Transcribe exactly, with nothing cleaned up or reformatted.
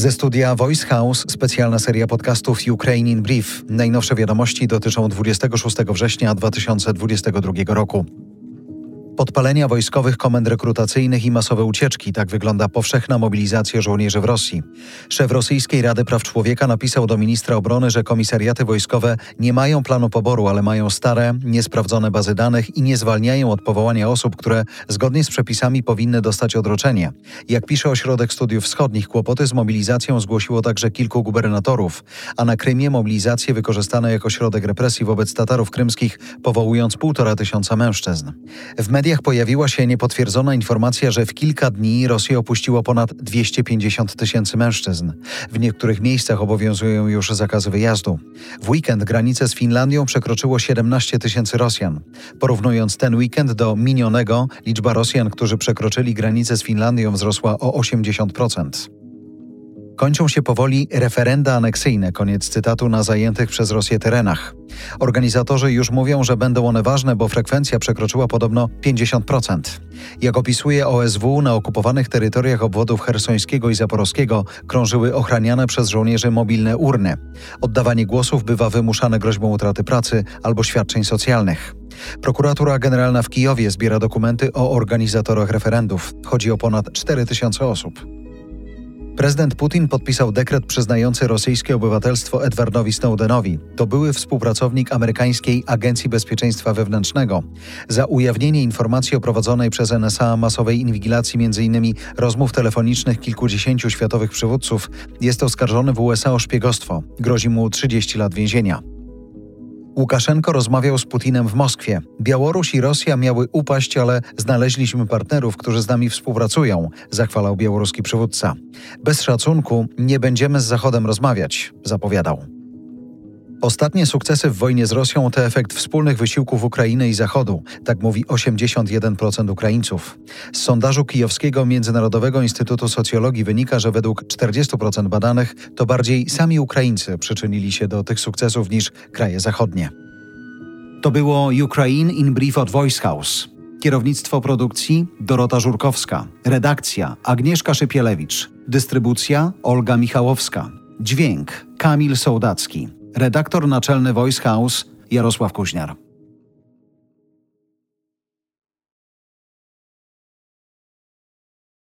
Ze studia Voice House specjalna seria podcastów Ukraine in Brief. Najnowsze wiadomości dotyczą dwudziestego szóstego września dwa tysiące dwudziestego drugiego roku. Podpalenia wojskowych komend rekrutacyjnych i masowe ucieczki. Tak wygląda powszechna mobilizacja żołnierzy w Rosji. Szef Rosyjskiej Rady Praw Człowieka napisał do ministra obrony, że komisariaty wojskowe nie mają planu poboru, ale mają stare, niesprawdzone bazy danych i nie zwalniają od powołania osób, które zgodnie z przepisami powinny dostać odroczenie. Jak pisze Ośrodek Studiów Wschodnich, kłopoty z mobilizacją zgłosiło także kilku gubernatorów, a na Krymie mobilizację wykorzystano jako środek represji wobec Tatarów krymskich, powołując półtora tysiąca mężczyzn. W W mediach pojawiła się niepotwierdzona informacja, że w kilka dni Rosję opuściło ponad dwieście pięćdziesiąt tysięcy mężczyzn. W niektórych miejscach obowiązują już zakazy wyjazdu. W weekend granicę z Finlandią przekroczyło siedemnaście tysięcy Rosjan. Porównując ten weekend do minionego, liczba Rosjan, którzy przekroczyli granicę z Finlandią, wzrosła o osiemdziesiąt procent. Kończą się powoli referenda aneksyjne, koniec cytatu, na zajętych przez Rosję terenach. Organizatorzy już mówią, że będą one ważne, bo frekwencja przekroczyła podobno pięćdziesiąt procent. Jak opisuje O S W, na okupowanych terytoriach obwodów chersońskiego i zaporowskiego krążyły ochraniane przez żołnierzy mobilne urny. Oddawanie głosów bywa wymuszane groźbą utraty pracy albo świadczeń socjalnych. Prokuratura Generalna w Kijowie zbiera dokumenty o organizatorach referendów. Chodzi o ponad cztery tysiące osób. Prezydent Putin podpisał dekret przyznający rosyjskie obywatelstwo Edwardowi Snowdenowi. To były współpracownik amerykańskiej Agencji Bezpieczeństwa Wewnętrznego. Za ujawnienie informacji o prowadzonej przez N S A masowej inwigilacji między innymi rozmów telefonicznych kilkudziesięciu światowych przywódców jest oskarżony w U S A o szpiegostwo. Grozi mu trzydzieści lat więzienia. Łukaszenko rozmawiał z Putinem w Moskwie. Białoruś i Rosja miały upaść, ale znaleźliśmy partnerów, którzy z nami współpracują, zachwalał białoruski przywódca. Bez szacunku nie będziemy z Zachodem rozmawiać, zapowiadał. Ostatnie sukcesy w wojnie z Rosją to efekt wspólnych wysiłków Ukrainy i Zachodu, tak mówi osiemdziesiąt jeden procent Ukraińców. Z sondażu Kijowskiego Międzynarodowego Instytutu Socjologii wynika, że według czterdziestu procent badanych to bardziej sami Ukraińcy przyczynili się do tych sukcesów niż kraje zachodnie. To było Ukraine in Brief od Voice House. Kierownictwo produkcji Dorota Żurkowska. Redakcja Agnieszka Szypielewicz. Dystrybucja Olga Michałowska. Dźwięk Kamil Sołdacki. Redaktor naczelny Voice House Jarosław Kuźniar.